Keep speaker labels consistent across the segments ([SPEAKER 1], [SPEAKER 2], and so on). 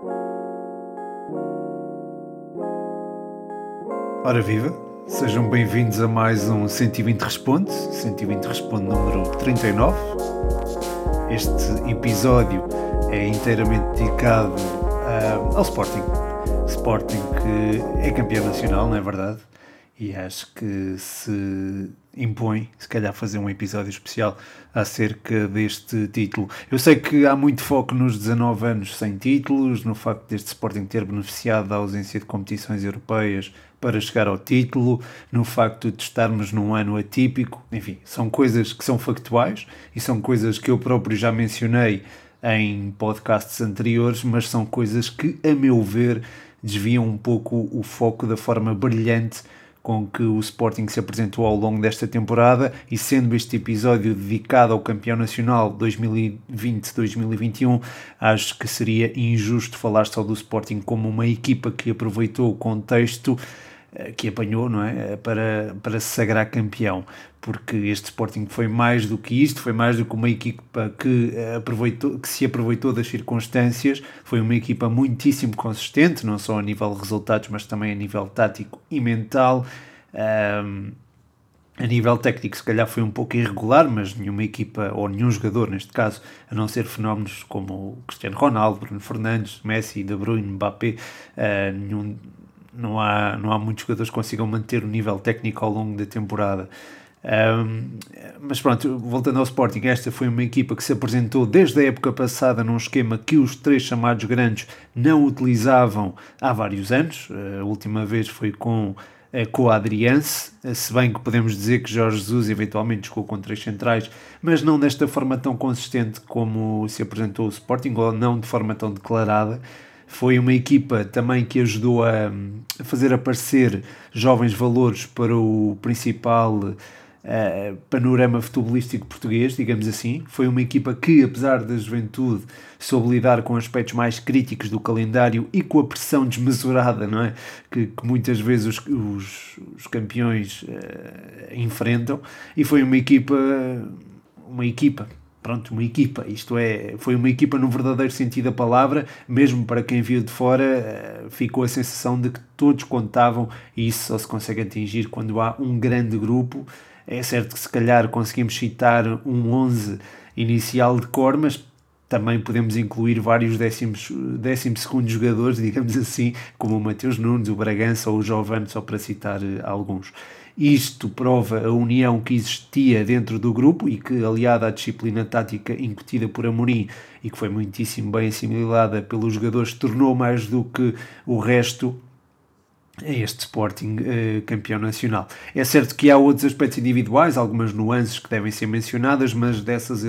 [SPEAKER 1] Ora viva, sejam bem-vindos a mais um 120 Responde, 120 Responde número 39. Este episódio é inteiramente dedicado ao Sporting. Sporting que é campeão nacional, não é verdade? E acho que se impõe, se calhar, fazer um episódio especial acerca deste título. Eu sei que há muito foco nos 19 anos sem títulos, no facto deste Sporting ter beneficiado da ausência de competições europeias para chegar ao título, no facto de estarmos num ano atípico. Enfim, são coisas que são factuais e são coisas que eu próprio já mencionei em podcasts anteriores, mas são coisas que, a meu ver, desviam um pouco o foco da forma brilhante com que o Sporting se apresentou ao longo desta temporada, e sendo este episódio dedicado ao campeão nacional 2020-2021, acho que seria injusto falar só do Sporting como uma equipa que aproveitou o contexto que apanhou, não é? Para se sagrar campeão, porque este Sporting foi mais do que isto, foi mais do que uma equipa que se aproveitou das circunstâncias, foi uma equipa muitíssimo consistente, não só a nível de resultados, mas também a nível tático e mental. A nível técnico, se calhar foi um pouco irregular, mas nenhuma equipa, ou nenhum jogador neste caso, a não ser fenómenos como o Cristiano Ronaldo, Bruno Fernandes, Messi, De Bruyne, Mbappé, não há muitos jogadores que consigam manter o nível técnico ao longo da temporada. Mas pronto, voltando ao Sporting, esta foi uma equipa que se apresentou desde a época passada num esquema que os três chamados grandes não utilizavam há vários anos. A última vez foi com a Adrianse, se bem que podemos dizer que Jorge Jesus eventualmente jogou com três centrais, mas não desta forma tão consistente como se apresentou o Sporting, ou não de forma tão declarada. Foi uma equipa também que ajudou a fazer aparecer jovens valores para o principal panorama futebolístico português, digamos assim. Foi uma equipa que, apesar da juventude, soube lidar com aspectos mais críticos do calendário e com a pressão desmesurada, não é? Que muitas vezes os campeões enfrentam. E foi uma equipa, isto é, foi uma equipa no verdadeiro sentido da palavra. Mesmo para quem viu de fora, ficou a sensação de que todos contavam, e isso só se consegue atingir quando há um grande grupo. É certo que se calhar conseguimos citar um 11 inicial de cor, mas também podemos incluir vários décimo segundos jogadores, digamos assim, como o Mateus Nunes, o Bragança ou o Jovane, só para citar alguns. Isto prova a união que existia dentro do grupo e que, aliada à disciplina tática incutida por Amorim e que foi muitíssimo bem assimilada pelos jogadores, tornou mais do que o resto este Sporting campeão nacional. É certo que há outros aspectos individuais, algumas nuances que devem ser mencionadas, mas dessas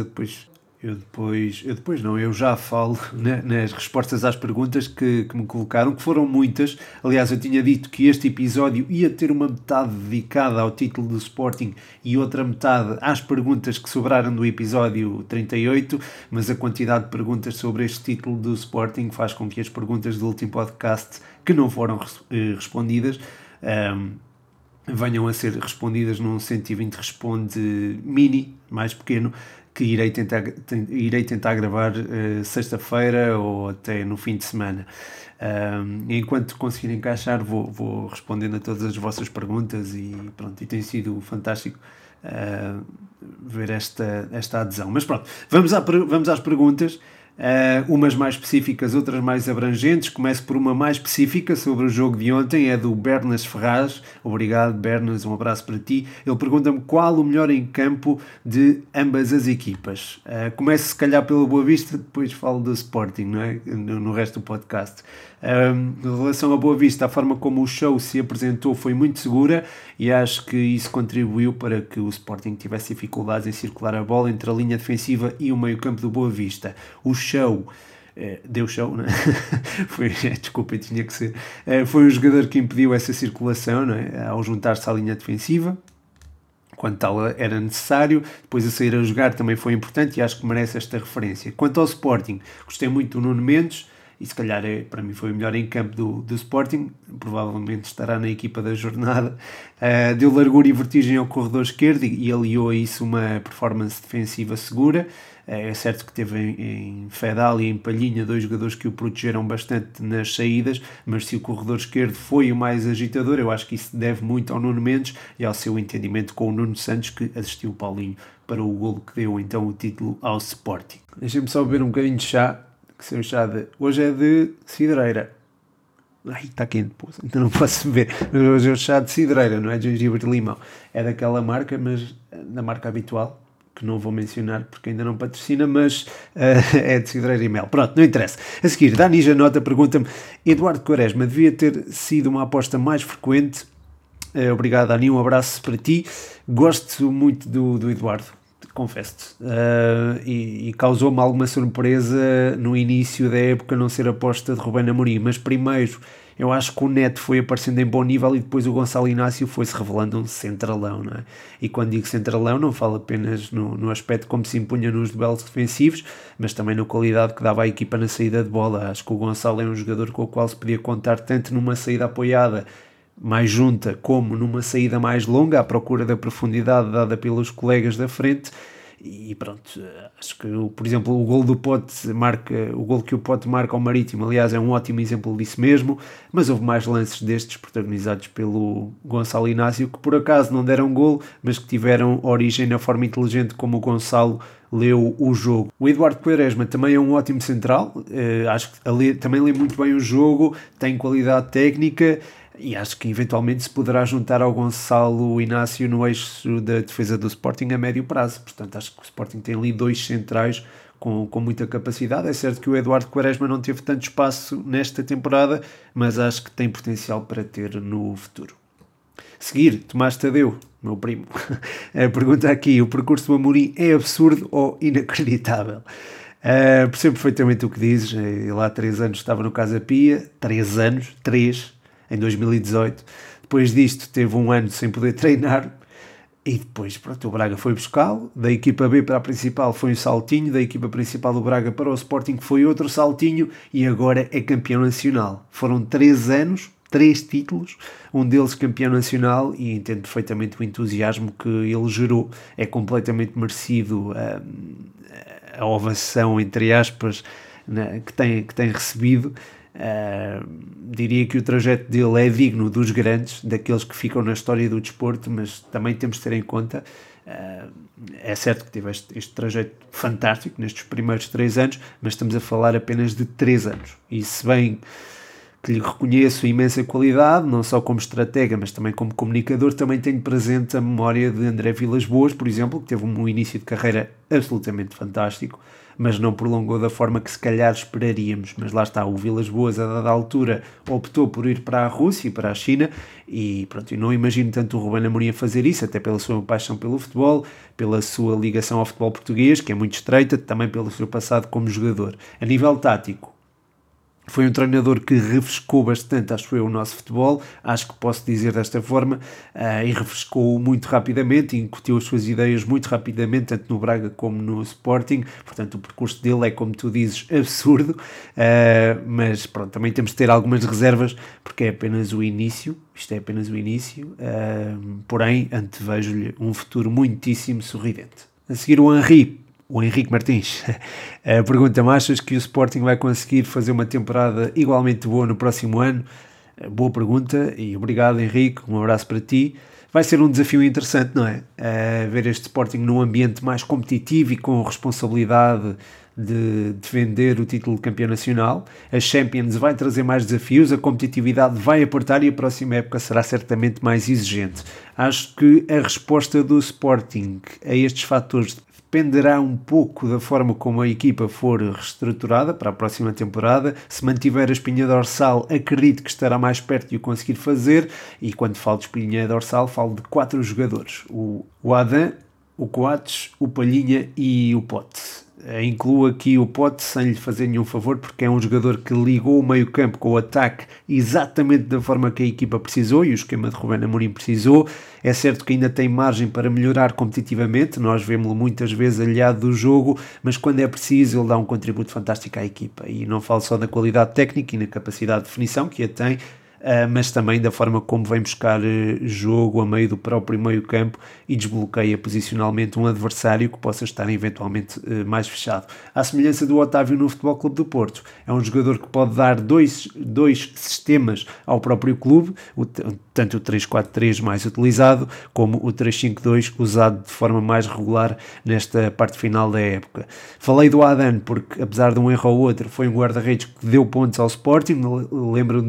[SPEAKER 1] eu já falo nas respostas às perguntas que me colocaram, que foram muitas. Aliás, eu tinha dito que este episódio ia ter uma metade dedicada ao título do Sporting e outra metade às perguntas que sobraram do episódio 38, mas a quantidade de perguntas sobre este título do Sporting faz com que as perguntas do último podcast que não foram respondidas venham a ser respondidas num 120 Responde mini, mais pequeno, que irei tentar gravar sexta-feira ou até no fim de semana. Enquanto conseguir encaixar, vou respondendo a todas as vossas perguntas e pronto, e tem sido fantástico ver esta adesão. Mas pronto, vamos às perguntas. Umas mais específicas, outras mais abrangentes. Começo por uma mais específica sobre o jogo de ontem, é do Bernas Ferraz. Obrigado, Bernas, um abraço para ti. Ele pergunta-me qual o melhor em campo de ambas as equipas. Começo se calhar pelo Boa Vista, depois falo do Sporting, não é? No resto do podcast. Em relação ao Boa Vista, a forma como o show se apresentou foi muito segura e acho que isso contribuiu para que o Sporting tivesse dificuldades em circular a bola entre a linha defensiva e o meio-campo do Boa Vista. O show deu show, não é? Desculpa, tinha que ser. Foi o jogador que impediu essa circulação, não é? Ao juntar-se à linha defensiva, quando tal era necessário. Depois a sair a jogar também foi importante e acho que merece esta referência. Quanto ao Sporting, gostei muito do Nuno Mendes e se calhar para mim foi o melhor em campo do Sporting, provavelmente estará na equipa da jornada. Deu largura e vertigem ao corredor esquerdo e aliou a isso uma performance defensiva segura. É certo que teve em Fedal e em Palhinha 2 jogadores que o protegeram bastante nas saídas, mas se o corredor esquerdo foi o mais agitador, eu acho que isso deve muito ao Nuno Mendes e ao seu entendimento com o Nuno Santos, que assistiu o Paulinho para o golo que deu então o título ao Sporting. Deixem-me só beber um bocadinho de chá, que seu chá hoje é de cidreira. Ai, está quente, pô, então não posso beber. Hoje é o chá de cidreira, não é de gengibre de limão. É daquela marca, mas da marca habitual, que não vou mencionar porque ainda não patrocina, mas é de cidreira e mel. Pronto, não interessa. A seguir, Dani Janota pergunta-me: Eduardo Quaresma devia ter sido uma aposta mais frequente? Obrigado, Dani, um abraço para ti. Gosto muito do Eduardo, confesso-te, e causou-me alguma surpresa no início da época não ser aposta de Ruben Amorim, mas primeiro eu acho que o Neto foi aparecendo em bom nível e depois o Gonçalo Inácio foi-se revelando um centralão, não é? E quando digo centralão não falo apenas no aspecto como se impunha nos duelos defensivos, mas também na qualidade que dava à equipa na saída de bola. Acho que o Gonçalo é um jogador com o qual se podia contar tanto numa saída apoiada mais junta, como numa saída mais longa, à procura da profundidade dada pelos colegas da frente. E pronto, acho que, por exemplo, o gol do Pote o gol que o Pote marca ao Marítimo, aliás, é um ótimo exemplo disso mesmo, mas houve mais lances destes protagonizados pelo Gonçalo Inácio, que por acaso não deram gol, mas que tiveram origem na forma inteligente como o Gonçalo leu o jogo. O Eduardo Quaresma também é um ótimo central, acho que também lê muito bem o jogo, tem qualidade técnica, e acho que eventualmente se poderá juntar ao Gonçalo Inácio no eixo da defesa do Sporting a médio prazo. Portanto, acho que o Sporting tem ali 2 centrais com muita capacidade. É certo que o Eduardo Quaresma não teve tanto espaço nesta temporada, mas acho que tem potencial para ter no futuro. Seguir, Tomás Tadeu, meu primo, a pergunta aqui: o percurso do Amorim é absurdo ou inacreditável? Percebo perfeitamente o que dizes. Ele há 3 anos estava no Casa Pia, 3 em 2018, depois disto teve um ano sem poder treinar e depois pronto, o Braga foi buscá-lo, da equipa B para a principal foi um saltinho, da equipa principal do Braga para o Sporting foi outro saltinho e agora é campeão nacional. Foram 3 anos, 3 títulos, um deles campeão nacional, e entendo perfeitamente o entusiasmo que ele gerou. É completamente merecido a ovação, entre aspas, que tem recebido. Diria que o trajeto dele é digno dos grandes, daqueles que ficam na história do desporto, mas também temos de ter em conta, é certo que teve este trajeto fantástico nestes primeiros 3 anos, mas estamos a falar apenas de 3 anos, e se bem que lhe reconheço imensa qualidade, não só como estratega, mas também como comunicador, também tenho presente a memória de André Vilas-Boas, por exemplo, que teve um início de carreira absolutamente fantástico, mas não prolongou da forma que se calhar esperaríamos. Mas lá está, o Vilas-Boas a dada altura optou por ir para a Rússia e para a China, e pronto, eu não imagino tanto o Ruben Amorim a fazer isso, até pela sua paixão pelo futebol, pela sua ligação ao futebol português, que é muito estreita, também pelo seu passado como jogador. A nível tático, foi um treinador que refrescou bastante, acho eu, o nosso futebol, acho que posso dizer desta forma, e refrescou muito rapidamente, incutiu as suas ideias muito rapidamente, tanto no Braga como no Sporting. Portanto, o percurso dele é, como tu dizes, absurdo, mas pronto, também temos de ter algumas reservas, porque é apenas o início, porém, antevejo-lhe um futuro muitíssimo sorridente. A seguir o Henrique Martins pergunta-me: achas que o Sporting vai conseguir fazer uma temporada igualmente boa no próximo ano? Boa pergunta e obrigado, Henrique, um abraço para ti. Vai ser um desafio interessante, não é? Ver este Sporting num ambiente mais competitivo e com responsabilidade de defender o título de campeão nacional. A Champions vai trazer mais desafios, a competitividade vai apertar e a próxima época será certamente mais exigente. Acho que a resposta do Sporting a estes fatores dependerá um pouco da forma como a equipa for reestruturada para a próxima temporada. Se mantiver a espinha dorsal, acredito que estará mais perto de o conseguir fazer, e quando falo de espinha dorsal, falo de 4 jogadores: o Adam, o Coates, o Palhinha e o Pote. Incluo aqui o Pote sem lhe fazer nenhum favor, porque é um jogador que ligou o meio campo com o ataque exatamente da forma que a equipa precisou e o esquema de Ruben Amorim precisou. É certo que ainda tem margem para melhorar competitivamente, nós vemos-lo muitas vezes aliado do jogo, mas quando é preciso ele dá um contributo fantástico à equipa, e não falo só na qualidade técnica e na capacidade de definição que a tem, mas também da forma como vem buscar jogo a meio do próprio meio campo e desbloqueia posicionalmente um adversário que possa estar eventualmente mais fechado. À semelhança do Otávio no Futebol Clube do Porto, é um jogador que pode dar dois sistemas ao próprio clube, tanto o 3-4-3 mais utilizado, como o 3-5-2 usado de forma mais regular nesta parte final da época. Falei do Adan porque, apesar de um erro ou outro, foi um guarda-redes que deu pontos ao Sporting. Lembro-me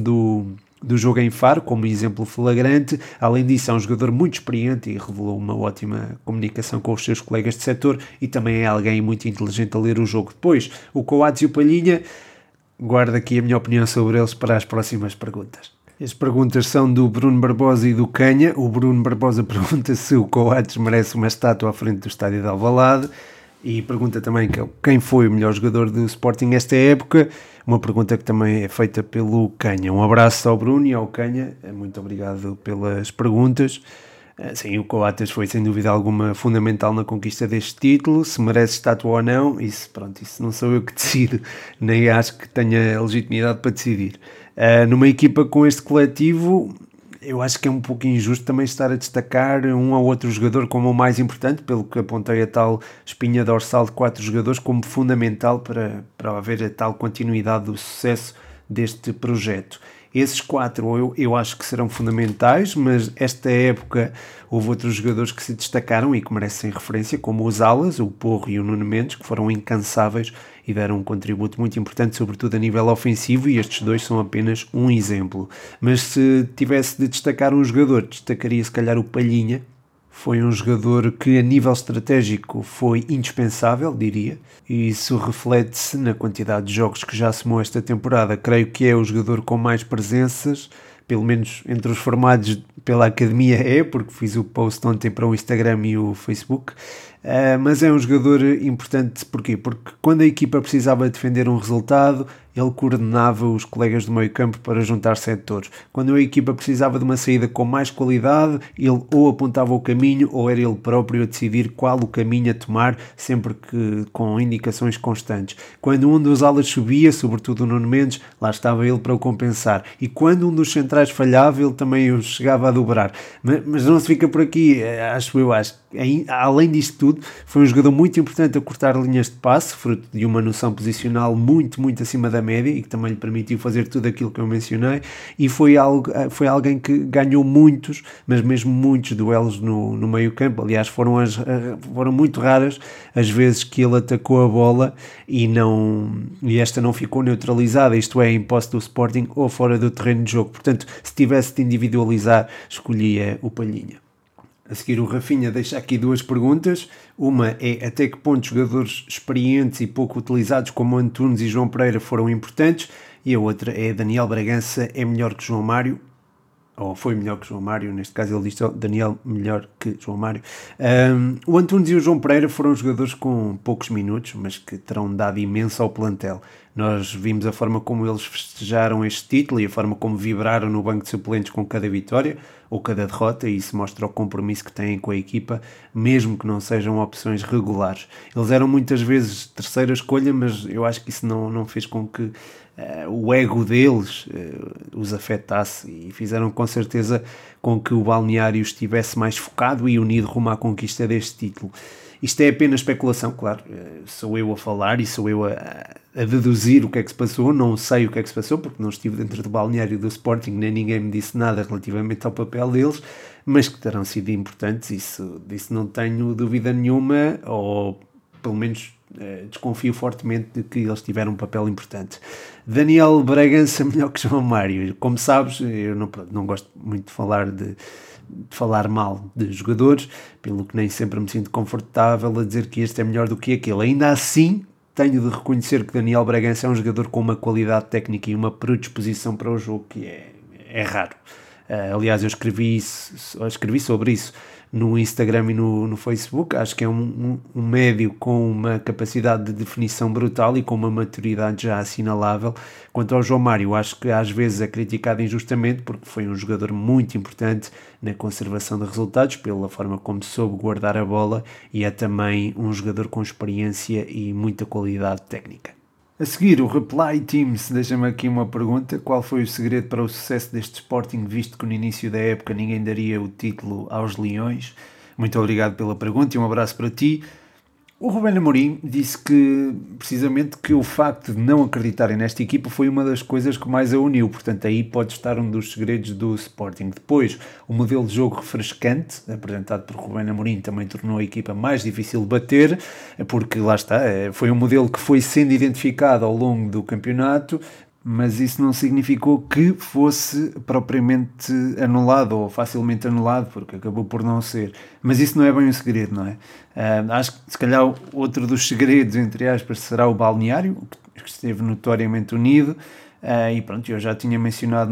[SPEAKER 1] do jogo em Faro como exemplo flagrante. Além disso, é um jogador muito experiente e revelou uma ótima comunicação com os seus colegas de setor, e também é alguém muito inteligente a ler o jogo. Depois, o Coates e o Palhinha, guardo aqui a minha opinião sobre eles para as próximas perguntas. As perguntas são do Bruno Barbosa e do Canha. O Bruno Barbosa pergunta se o Coates merece uma estátua à frente do estádio de Alvalade, e pergunta também quem foi o melhor jogador do Sporting esta época, uma pergunta que também é feita pelo Canha. Um abraço ao Bruno e ao Canha, muito obrigado pelas perguntas. Sim, o Coates foi sem dúvida alguma fundamental na conquista deste título. Se merece estátua ou não, isso não sou eu que decido, nem acho que tenha legitimidade para decidir. Numa equipa com este coletivo, eu acho que é um pouco injusto também estar a destacar um ou outro jogador como o mais importante, pelo que apontei a tal espinha dorsal de 4 jogadores como fundamental para haver a tal continuidade do sucesso deste projeto. Esses 4 eu acho que serão fundamentais, mas esta época houve outros jogadores que se destacaram e que merecem referência, como os alas, o Porro e o Nuno Mendes, que foram incansáveis e deram um contributo muito importante, sobretudo a nível ofensivo, e estes 2 são apenas um exemplo. Mas se tivesse de destacar um jogador, destacaria se calhar o Palhinha. Foi um jogador que a nível estratégico foi indispensável, diria, e isso reflete-se na quantidade de jogos que já somou esta temporada. Creio que é o jogador com mais presenças, pelo menos entre os formados pela Academia porque fiz o post ontem para o Instagram e o Facebook. Mas é um jogador importante, porquê? Porque quando a equipa precisava defender um resultado, ele coordenava os colegas do meio campo para juntar setores. Quando a equipa precisava de uma saída com mais qualidade, ele ou apontava o caminho ou era ele próprio a decidir qual o caminho a tomar, sempre que com indicações constantes. Quando um dos alas subia, sobretudo o Nuno Mendes, lá estava ele para o compensar. E quando um dos centrais falhava, ele também o chegava a dobrar. Mas não se fica por aqui, acho. Além disto tudo, foi um jogador muito importante a cortar linhas de passe, fruto de uma noção posicional muito, muito acima da média e que também lhe permitiu fazer tudo aquilo que eu mencionei, e foi alguém que ganhou muitos, mas mesmo muitos duelos no meio campo. Aliás, foram muito raras as vezes que ele atacou a bola e esta não ficou neutralizada, isto é, em posse do Sporting ou fora do terreno de jogo. Portanto, se tivesse de individualizar, escolhia o Palhinha. A seguir, o Rafinha deixa aqui 2 perguntas. Uma é até que ponto jogadores experientes e pouco utilizados como Antunes e João Pereira foram importantes, e a outra é Daniel Bragança é melhor que João Mário, ou foi melhor que João Mário, neste caso ele diz Daniel melhor que João Mário. O Antunes e o João Pereira foram jogadores com poucos minutos, mas que terão dado imenso ao plantel. Nós vimos a forma como eles festejaram este título e a forma como vibraram no banco de suplentes com cada vitória ou cada derrota, e isso mostra o compromisso que têm com a equipa, mesmo que não sejam opções regulares. Eles eram muitas vezes terceira escolha, mas eu acho que isso não fez com que o ego deles os afetasse, e fizeram com certeza com que o balneário estivesse mais focado e unido rumo à conquista deste título. Isto é apenas especulação, claro, sou eu a falar e sou eu a deduzir o que é que se passou. Não sei o que é que se passou porque não estive dentro do balneário do Sporting, nem ninguém me disse nada relativamente ao papel deles, mas que terão sido importantes, disso não tenho dúvida nenhuma, ou pelo menos desconfio fortemente de que eles tiveram um papel importante. Daniel Bragança melhor que João Mário. Como sabes, eu não gosto muito de falar mal de jogadores, pelo que nem sempre me sinto confortável a dizer que este é melhor do que aquele. Ainda assim, tenho de reconhecer que Daniel Bragança é um jogador com uma qualidade técnica e uma predisposição para o jogo que é raro. Aliás, eu escrevi sobre isso no Instagram e no Facebook. Acho que é um médio com uma capacidade de definição brutal e com uma maturidade já assinalável. Quanto ao João Mário, acho que às vezes é criticado injustamente porque foi um jogador muito importante na conservação de resultados, pela forma como soube guardar a bola, e é também um jogador com experiência e muita qualidade técnica. A seguir, o Reply Teams deixa-me aqui uma pergunta. Qual foi o segredo para o sucesso deste Sporting, visto que no início da época ninguém daria o título aos Leões? Muito obrigado pela pergunta e um abraço para ti. O Ruben Amorim disse que, precisamente, que o facto de não acreditarem nesta equipa foi uma das coisas que mais a uniu, portanto aí pode estar um dos segredos do Sporting. Depois, o modelo de jogo refrescante, apresentado por Ruben Amorim, também tornou a equipa mais difícil de bater, porque lá está, foi um modelo que foi sendo identificado ao longo do campeonato, mas isso não significou que fosse propriamente anulado ou facilmente anulado, porque acabou por não ser. Mas isso não é bem um segredo, não é? Acho que se calhar outro dos segredos, entre aspas, será o balneário, que esteve notoriamente unido. E pronto, eu já tinha mencionado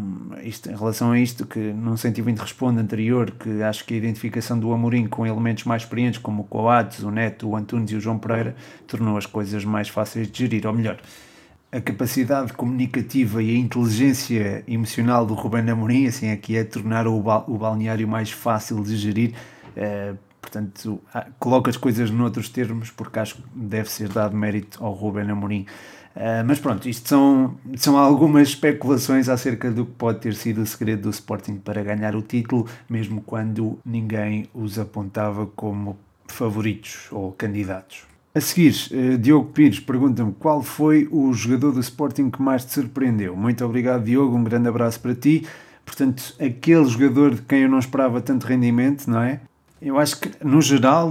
[SPEAKER 1] em relação a isto, que num 120 Responde anterior, que acho que a identificação do Amorim com elementos mais experientes, como o Coates, o Neto, o Antunes e o João Pereira, tornou as coisas mais fáceis de gerir, ou melhor, a capacidade comunicativa e a inteligência emocional do Ruben Amorim, assim é que é tornar o balneário mais fácil de gerir. Portanto, coloco as coisas noutros termos, porque acho que deve ser dado mérito ao Ruben Amorim. Mas pronto, isto são algumas especulações acerca do que pode ter sido o segredo do Sporting para ganhar o título, mesmo quando ninguém os apontava como favoritos ou candidatos. A seguir, Diogo Pires pergunta-me qual foi o jogador do Sporting que mais te surpreendeu. Muito obrigado, Diogo, um grande abraço para ti. Portanto, aquele jogador de quem eu não esperava tanto rendimento, não é? Eu acho que, no geral,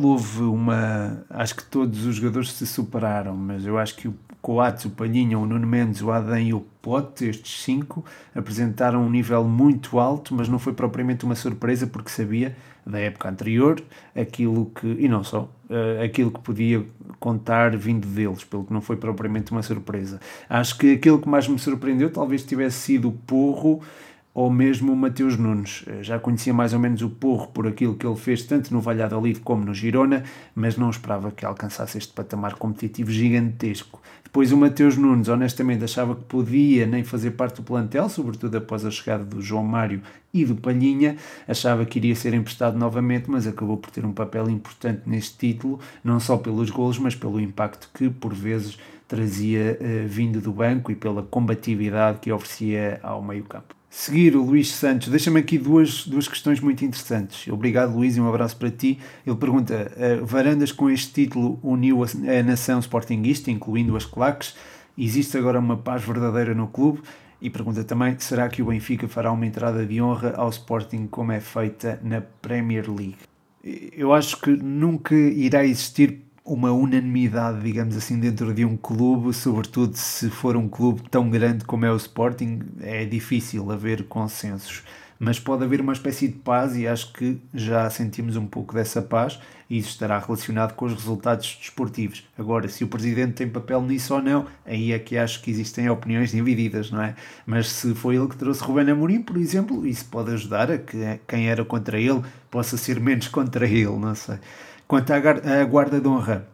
[SPEAKER 1] acho que todos os jogadores se superaram, mas eu acho que o Coates, o Palhinha, o Nuno Mendes, o Adem e o Pote, estes 5, apresentaram um nível muito alto, mas não foi propriamente uma surpresa, porque sabia, da época anterior, aquilo que, e não só, aquilo que podia contar vindo deles, pelo que não foi propriamente uma surpresa. Acho que aquilo que mais me surpreendeu talvez tivesse sido o Porro, ou mesmo o Mateus Nunes. Já conhecia mais ou menos o Porro por aquilo que ele fez tanto no Valladolid como no Girona, mas não esperava que alcançasse este patamar competitivo gigantesco. Depois o Mateus Nunes, honestamente, achava que podia nem fazer parte do plantel, sobretudo após a chegada do João Mário e do Palhinha. Achava que iria ser emprestado novamente, mas acabou por ter um papel importante neste título, não só pelos golos, mas pelo impacto que, por vezes, trazia vindo do banco e pela combatividade que oferecia ao meio-campo. Seguir o Luís Santos, deixa-me aqui duas questões muito interessantes. Obrigado, Luís, e um abraço para ti. Ele pergunta, Varandas com este título uniu a nação sportinguista, incluindo as claques. Existe agora uma paz verdadeira no clube? E pergunta também, será que o Benfica fará uma entrada de honra ao Sporting como é feita na Premier League? Eu acho que nunca irá existir uma unanimidade, digamos assim, dentro de um clube, sobretudo se for um clube tão grande como é o Sporting, é difícil haver consensos. Mas pode haver uma espécie de paz e acho que já sentimos um pouco dessa paz e isso estará relacionado com os resultados desportivos. Agora, se o Presidente tem papel nisso ou não, aí é que acho que existem opiniões divididas, não é? Mas se foi ele que trouxe Ruben Amorim, por exemplo, isso pode ajudar a que quem era contra ele possa ser menos contra ele, não sei. Quanto à guarda de honra,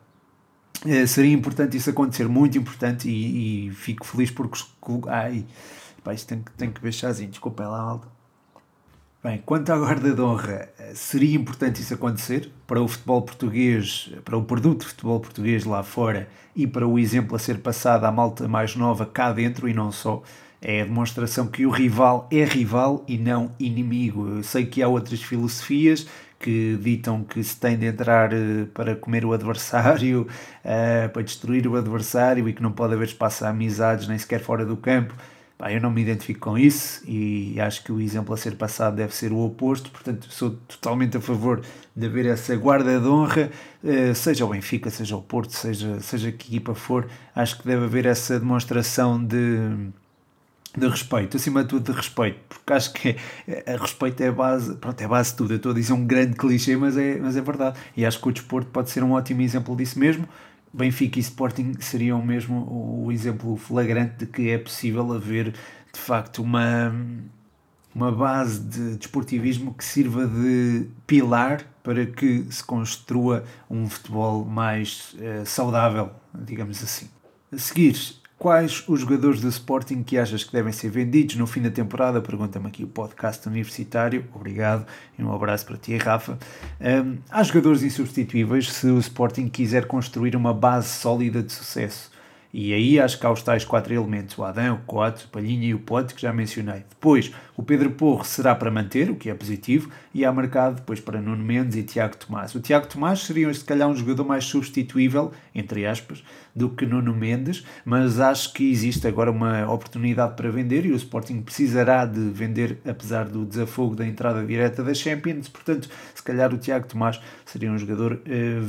[SPEAKER 1] seria importante isso acontecer, muito importante, e fico feliz porque isto tem que ver chazinho, desculpem lá, malta. Bem, quanto à guarda de honra, seria importante isso acontecer para o futebol português, para o produto de futebol português lá fora e para o exemplo a ser passado à malta mais nova cá dentro e não só. É a demonstração que o rival é rival e não inimigo. Eu sei que há outras filosofias que ditam que se tem de entrar para comer o adversário, para destruir o adversário e que não pode haver espaço a amizades nem sequer fora do campo. Eu não me identifico com isso e acho que o exemplo a ser passado deve ser o oposto, portanto sou totalmente a favor de haver essa guarda de honra, seja o Benfica, seja o Porto, seja que equipa for, acho que deve haver essa demonstração de respeito, acima de tudo de respeito, porque acho que respeito é a base, pronto, é a base de tudo. Eu estou a dizer um grande clichê, mas é verdade, e acho que o desporto pode ser um ótimo exemplo disso mesmo. Benfica e Sporting seriam mesmo o exemplo flagrante de que é possível haver de facto uma base de desportivismo que sirva de pilar para que se construa um futebol mais saudável, digamos assim. A seguir, quais os jogadores do Sporting que achas que devem ser vendidos no fim da temporada? Pergunta-me aqui o podcast universitário. Obrigado e um abraço para ti, Rafa. Há jogadores insubstituíveis se o Sporting quiser construir uma base sólida de sucesso. E aí acho que há os tais 4 elementos, o Adão, o Coates, o Palhinha e o Pote, que já mencionei. Depois, o Pedro Porro será para manter, o que é positivo, e há marcado depois para Nuno Mendes e Tiago Tomás. O Tiago Tomás seria, se calhar, um jogador mais substituível, entre aspas, do que Nuno Mendes, mas acho que existe agora uma oportunidade para vender e o Sporting precisará de vender, apesar do desafogo da entrada direta da Champions. Portanto, se calhar o Tiago Tomás seria um jogador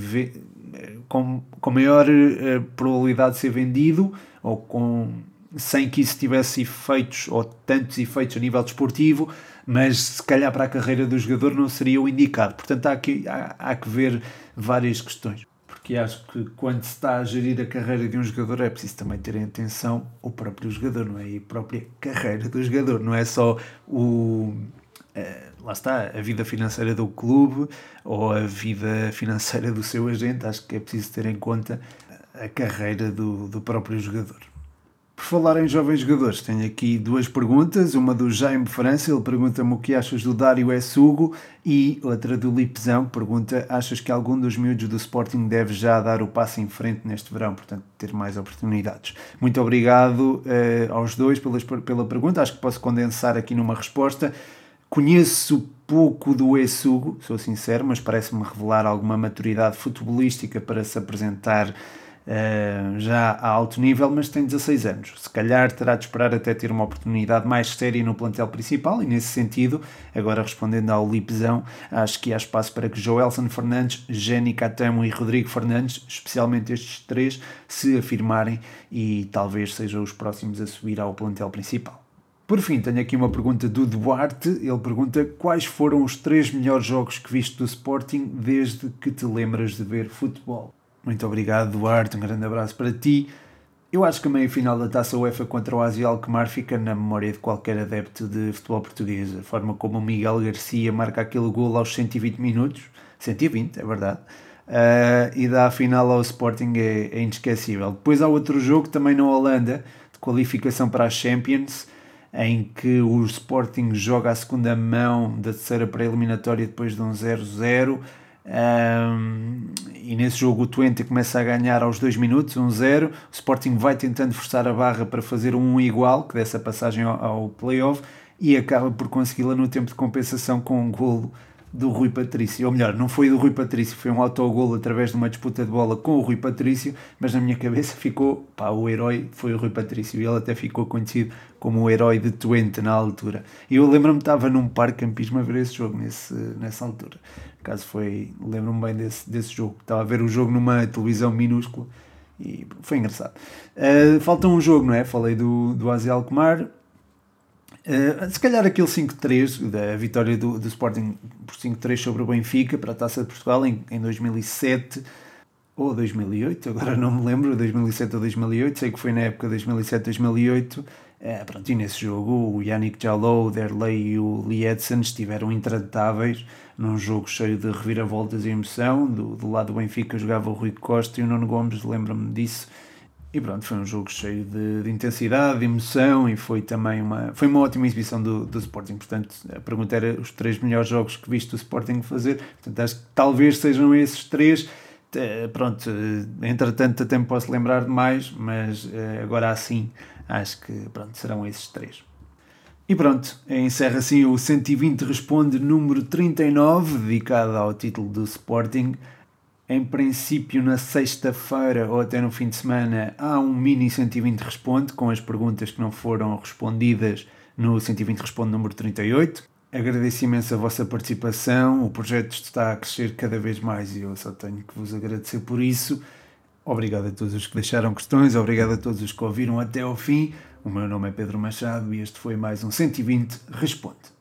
[SPEAKER 1] com maior probabilidade de ser vendido, ou sem que isso tivesse efeitos, ou tantos efeitos a nível desportivo, mas se calhar para a carreira do jogador não seria o indicado. Portanto, há que ver várias questões. Porque acho que quando se está a gerir a carreira de um jogador é preciso também ter em atenção o próprio jogador, não é? E a própria carreira do jogador, não é só lá está, a vida financeira do clube ou a vida financeira do seu agente. Acho que é preciso ter em conta a carreira do próprio jogador. Por falar em jovens jogadores, tenho aqui 2 perguntas, uma do Jaime França, ele pergunta-me o que achas do Dário Essugo, e outra do Lipzão, que pergunta: achas que algum dos miúdos do Sporting deve já dar o passo em frente neste verão, portanto ter mais oportunidades? Muito obrigado aos dois pela pergunta, acho que posso condensar aqui numa resposta. Conheço pouco do Essugo, sou sincero, mas parece-me revelar alguma maturidade futebolística para se apresentar já a alto nível, mas tem 16 anos. Se calhar terá de esperar até ter uma oportunidade mais séria no plantel principal, e nesse sentido, agora respondendo ao Lipzão, acho que há espaço para que Joelson Fernandes, Jenny Catamo e Rodrigo Fernandes, especialmente estes 3, se afirmarem e talvez sejam os próximos a subir ao plantel principal. Por fim, tenho aqui uma pergunta do Duarte. Ele pergunta: quais foram os 3 melhores jogos que viste do Sporting desde que te lembras de ver futebol? Muito obrigado, Duarte, um grande abraço para ti. Eu acho que a meia-final da Taça UEFA contra o AZ Alkmaar fica na memória de qualquer adepto de futebol português. A forma como o Miguel Garcia marca aquele golo aos 120 minutos, 120, é verdade, e dá a final ao Sporting é inesquecível. Depois há outro jogo, também na Holanda, de qualificação para a Champions, em que o Sporting joga a segunda mão da terceira pré-eliminatória depois de um 0-0, e nesse jogo o Twente começa a ganhar aos 2 minutos, 1-0, o Sporting vai tentando forçar a barra para fazer um igual, que dessa passagem ao play-off, e acaba por consegui-la no tempo de compensação com um golo do Rui Patrício. Ou melhor, não foi do Rui Patrício, foi um autogolo através de uma disputa de bola com o Rui Patrício, mas na minha cabeça ficou, o herói foi o Rui Patrício, e ele até ficou conhecido como o herói de Twente na altura. E eu lembro-me que estava num parque campismo a ver esse jogo nessa altura. Caso lembro-me bem desse jogo. Estava a ver o jogo numa televisão minúscula e foi engraçado. Falta um jogo, não é? Falei do AZ Alkmaar. Se calhar aquele 5-3 da vitória do Sporting por 5-3 sobre o Benfica para a Taça de Portugal em 2007 ou 2008, agora não me lembro, 2007 ou 2008, sei que foi na época 2007-2008. E nesse jogo o Yannick Jallow, o Derlei e o Lee Edson estiveram intratáveis num jogo cheio de reviravoltas e emoção. Do lado do Benfica jogava o Rui Costa e o Nuno Gomes, lembro-me disso. E pronto, foi um jogo cheio de intensidade, de emoção, e foi também uma ótima exibição do Sporting. Portanto, a pergunta era os 3 melhores jogos que viste o Sporting fazer. Portanto, acho que talvez sejam esses 3. Pronto, entretanto até me posso lembrar de mais, mas agora assim acho que serão esses 3. E pronto, encerra assim o 120 Responde número 39, dedicado ao título do Sporting. Em princípio, na sexta-feira ou até no fim de semana, há um mini 120 Responde com as perguntas que não foram respondidas no 120 Responde número 38. Agradeço imenso a vossa participação, o projeto está a crescer cada vez mais e eu só tenho que vos agradecer por isso. Obrigado a todos os que deixaram questões, obrigado a todos os que ouviram até ao fim. O meu nome é Pedro Machado e este foi mais um 120 Responde.